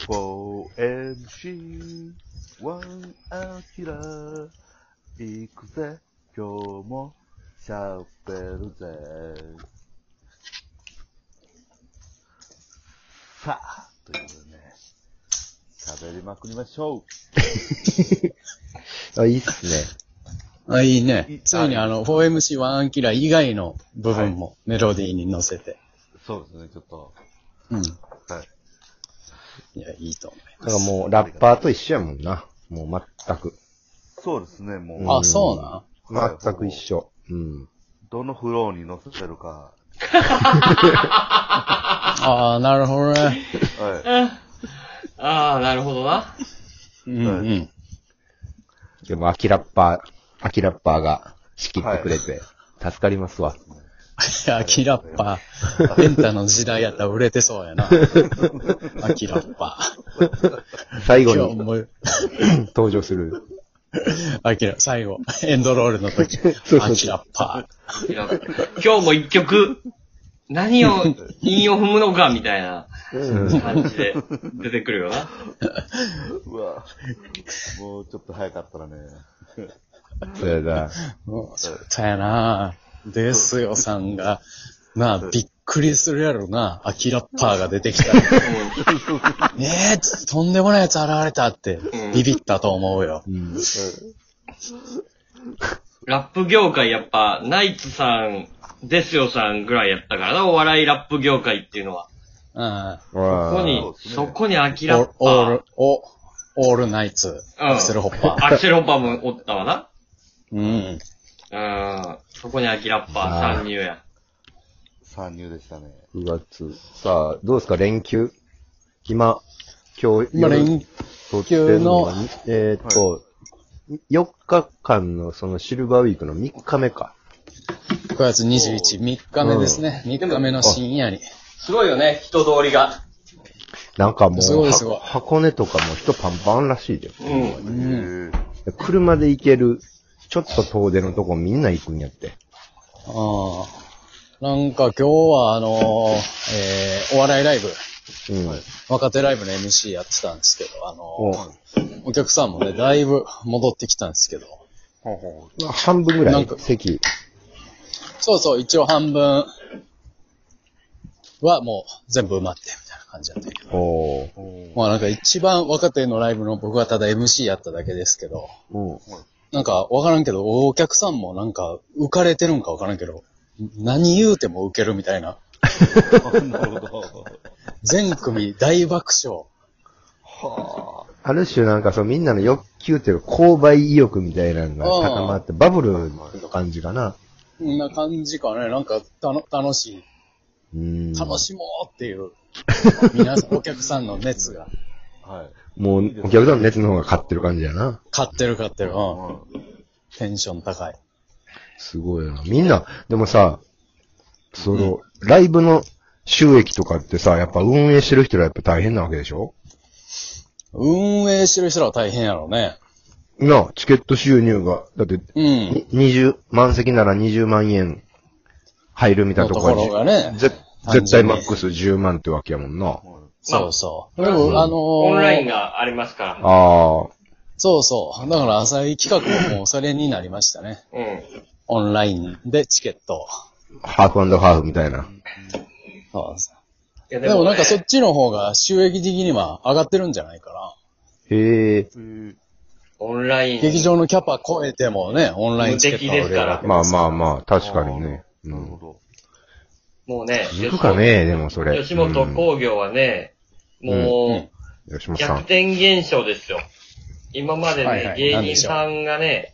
4MC、ワンアキラ、行くぜ、今日も、喋るぜ。さあ、ということでね、喋りまくりましょあ、いいっすね。 あ、いいね。ついに4MC ワンアンキラ以外の部分もメロディーに乗せて。 そうですね、ちょっと。 うん。 はい。 いや、いいと思いだからもう、ラッパーと一緒やもんな。もう全く。 そうですね、もう。 あ、そうなん全く一緒。うん。 どのフローに乗せてるか。 ああ、なるほどね。 はい。 ああ、なるほどな。 うんうん。 でも、アキラッパーが仕切ってくれて、助かりますわ。 アキラッパー。エンタの時代やったら売れてそうやな。アキラッパー。 最後に今日も、 登場する。 アキラ、最後、エンドロールの時、 そうアキラッパ今日も一曲、何を、韻を踏むのか、みたいな感じで出てくるよな。 うわもうちょっと早かったらね。 それだ。 ー。そうやな。ですよさんが、なあ、びっくりするやろな。アキラッパーが出てきたら。とんでもないやつ現れたって、ビビったと思うよ。 ラップ業界やっぱ、ナイツさん、ですよさんぐらいやったからな、お笑いラップ業界っていうのは。そこにアキラッパー。 オールナイツ、アクセルホッパー。 アクセルホッパーもおったわな。 うん。 そこにアキラッパー参入や。 参入でしたね。 9月。さあ、どうですか、連休今日、 連休の、 4日間のそのシルバーウィークの3日目か。 9月21、3日目ですね。3日目の深夜に。 すごいよね、人通りが。 なんかもう、 すごいすごい箱根とかも人パンパンらしいで。 うん。 車で行ける、ちょっと遠出のとこみんな行くんやって。 ああ。なんか今日はお笑いライブ、若手ライブの MC やってたんですけど、お客さんもね、だいぶ戻ってきたんですけど。 半分ぐらないんか席。 そうそう、一応半分はもう全部埋まってみたいな感じだったけど。まあなんか一番若手のライブの僕はただ MC やっただけですけど、なんかわからんけど、お客さんもなんか浮かれてるんかわからんけど、何言うても受けるみたいな。 なるほど。 全組大爆笑。 ある種なんかそうみんなの欲求っていう購買意欲みたいなのが高まって、バブルの感じかな。 こんな感じかね。なんか楽しい。楽しもうっていう、皆さん、お客さんの熱が。 はい。 もう、お客さんの熱の方が勝ってる感じやな。 買ってる。テンション高い。 すごいな。みんな、でもさ、ライブの収益とかってさ、やっぱ運営してる人らやっぱ大変なわけでしょ？ 運営してる人らは大変やろうね。 チケット収入が、だって、満席なら20万円入るみたいなところがね。 絶対マックス10万ってわけやもんな。 そうそう。 でも、オンラインがありますから。 そうそう。だから浅い企画ももうそれになりましたね。オンラインでチケット。 ハーフ&ハーフみたいな。 そうです。でもなんかそっちの方が収益的には上がってるんじゃないかな。 へえ。 オンライン。 劇場のキャパ超えてもね、オンラインチケットですから。 まあ、確かにね。 なるほど。 もうね。 続くかね、でもそれ。 吉本興業はね、もう、逆転現象ですよ。今までね、芸人さんがね、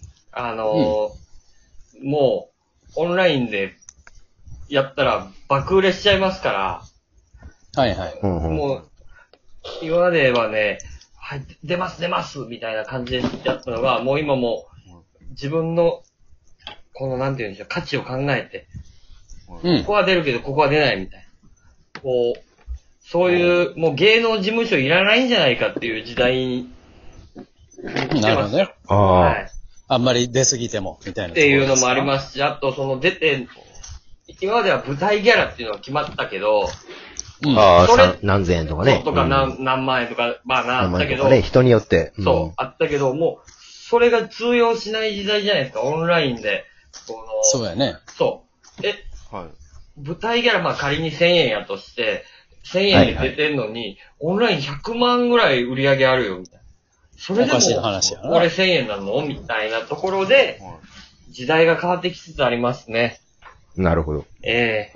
もう、オンラインでやったら爆売れしちゃいますから。もう、今まではね、はい、出ますみたいな感じでやったのが、もう今も自分の、このなんていうんでしょう、価値を考えて、ここは出るけどここは出ないみたいな。こう、そういう、もう芸能事務所いらないんじゃないかっていう時代になるほどね。 はい。 あんまり出すぎても、みたいな。 っていうのもありますし、あと出て、今までは舞台ギャラっていうのが決まったけど、 ああ、何千円とかね。 とか何万円とか、まああったけど。 ね、人によって。 そう、あったけど、もう、それが通用しない時代じゃないですか、オンラインで。 そうやね。 そう。はい。舞台ギャラ、まあ仮に1000円やとして、1000円で出てんのに、オンライン100万ぐらい売り上げあるよ、みたいな。それでも、俺1000円なのみたいなところで、時代が変わってきつつありますね。 なるほど。 え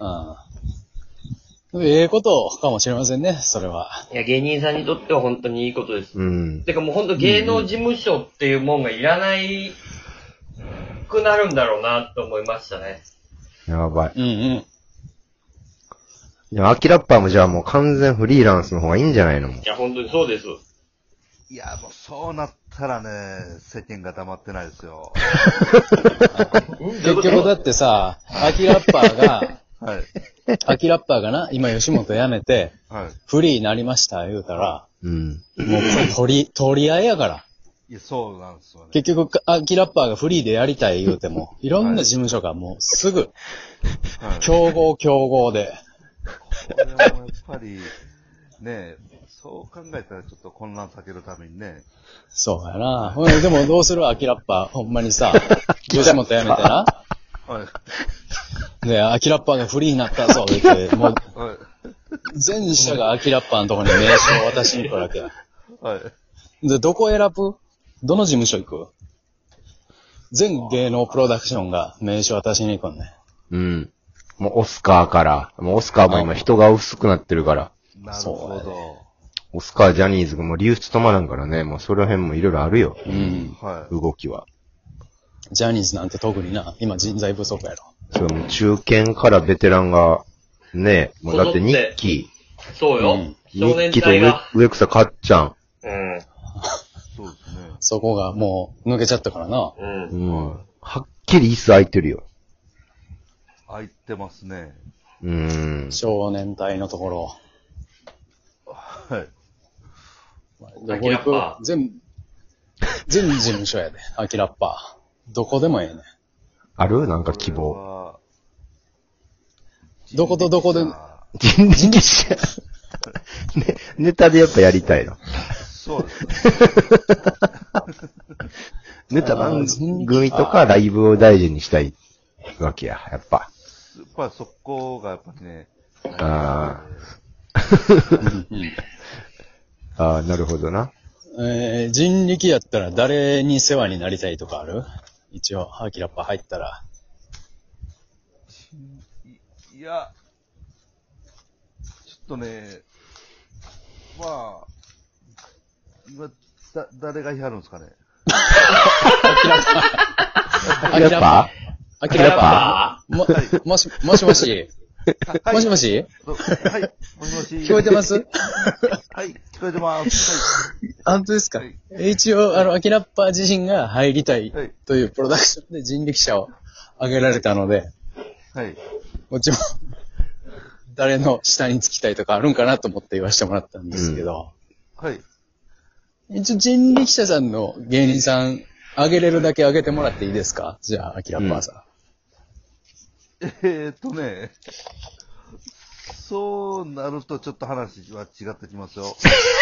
えことかもしれませんね、それは。 いや、芸人さんにとっては本当にいいことです。てかもう本当芸能事務所っていうもんがいらないくなるんだろうなと思いましたね。 やばい。いや、アキラッパーもじゃあもう完全フリーランスの方がいいんじゃないの？ いや、本当にそうです。 いや、もうそうなったらね、世間が黙ってないですよ。 結局だってさ、アキラッパーが、はい。アキラッパーがな、今吉本辞めて、はい。フリーになりました、言うたら、もう取り合いやから。 いや、そうなんですよね。 結局、アキラッパーがフリーでやりたい言うても、いろんな事務所がもうすぐ、競合で。 これはやっぱり、ね、そう考えたらちょっと混乱避けるためにね。 そうやな。でもどうするアキラッパー、ほんまにさ、吉本辞めてな。はい。で、アキラッパーがフリーになったぞ、言って、もう、はい、全社がアキラッパーのところに名刺を渡しに来るわけや。はい。で、どこ選ぶ？どの事務所行く？全芸能プロダクションが名刺渡しに行くんね。 もうオスカーから、もうオスカーも今人が薄くなってるから。 なるほど。 オスカー、ジャニーズがもう流出止まらんからね、もうその辺もいろいろあるよ。はい。動きは。 ジャニーズなんて特にな、今人材不足やろ。 そう、もう中堅からベテランが、ね、もうだって日記。 そうよ。 日記と植草かっちゃん。 そうですね。 そこがもう抜けちゃったからな。 はっきり椅子空いてるよ。 空いてますね。 少年隊のところ。 はい。 どこ行く？全事務所やで、アキラッパー。どこでもええね。 ある？なんか希望。 どことどこで。 人力車。ネタでやっぱやりたいの。 そうですね。 ネタ番組とかライブを大事にしたいわけや、やっぱ。 やっぱそこがやっぱりね。 なるほどな。 人力やったら誰に世話になりたいとかある？一応、アキラッパー入ったら。 いや、ちょっとね、まあ、今、誰が言いはるんですかね。 アキラッパー？アキラッパー？もしもしもしもしもしはい。もしもし。 聞こえてます？ はい、聞こえてます。 はい。本当ですか？一応、アキラッパー自身が入りたいというプロダクションで人力車を挙げられたので、はい。こっちも、誰の下につきたいとかあるんかなと思って言わせてもらったんですけど、はい。一応人力車さんの芸人さん、挙げれるだけ挙げてもらっていいですか？じゃあ、アキラッパーさん。 ね、そうなるとちょっと話は違ってきますよ。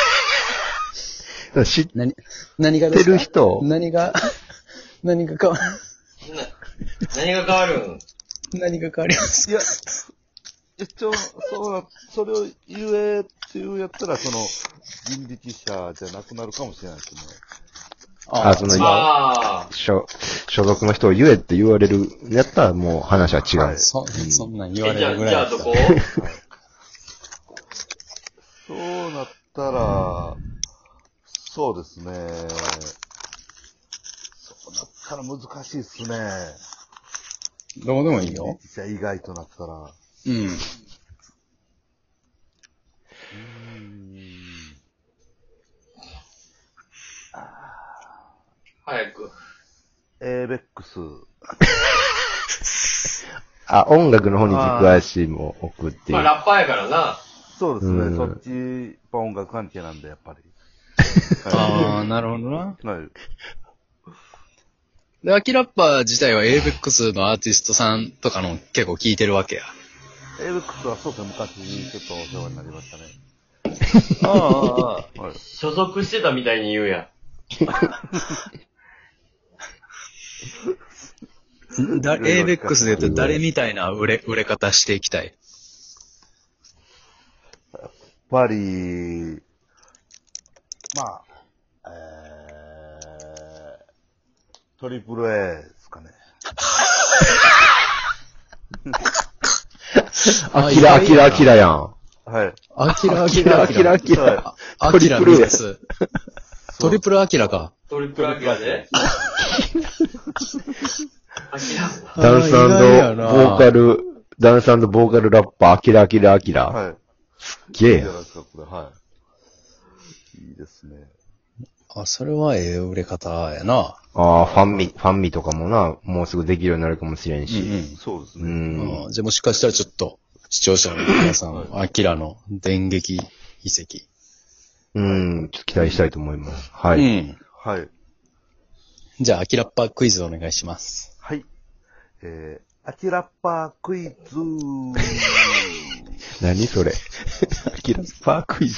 何がですか？知ってる人？何が変わる？ 何が変わるん？ 何が変わりますか？ いや、それを言えっていうやったら、人力車じゃなくなるかもしれないですね。 所属の人を言えって言われるやったらもう話は違う。はい、 そんなん言われるぐらい。 じゃあどこ？ そうなったら、そうですね。そうなったら難しいっすね。 どうでもいいよ。 意外となったら。 早く。 ABEX。 音楽の方に軸足も置くっていう。 まあ、ラッパーやからな。 そうですね。そっち、音楽関係なんで、やっぱり。 なるほどな。 はい。 で、アキラッパー自体は ABEX のアーティストさんとかの結構聴いてるわけや。 エイベックスはそうですね、昔ちょっとお世話になりましたね。 ああ、所属してたみたいに言うやん。 エイベックスで言うと誰みたいな売れ方していきたい？ やっぱり、まあ、トリプル A ですかね。 アキラやん。 はい。 アキラです。トリプルアキラか。 トリプルアキラでダンス&ボーカルラッパー、アキラ。はい。すっげえ。いいじゃないですか、これ、はい。 いいですね。 あ、それは売れ方やな。 ああ、ファンミとかもな、もうすぐできるようになるかもしれんし。 そうですね。 じゃあもしかしたらちょっと、視聴者の皆さん、アキラの電撃遺跡。 ちょっと期待したいと思います。はい。 はい。 じゃあ、アキラッパークイズお願いします。 はい。アキラッパークイズ何それアキラッパークイズ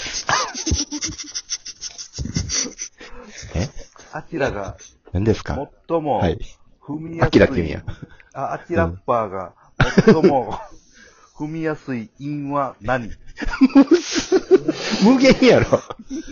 アキラが、 何ですか？ 最も、踏みやすい。 アキラって言うんや。 アキラッパーが、最も、踏みやすい韻は何？ 無限やろ。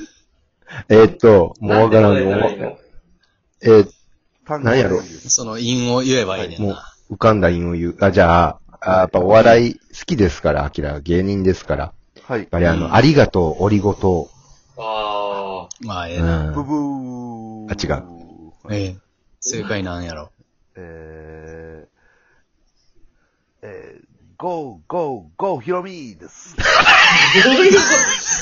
もうわからんの。何やろ。 その韻を言えばいいねんな。もう浮かんだ韻を言う。じゃあ、やっぱお笑い好きですから、アキラ芸人ですから。はい。やっぱりありがとう、おりごと。 ああ。 まあ、ええな。 ブブー。 違う。 正解なんやろ。 ゴー、ヒロミです。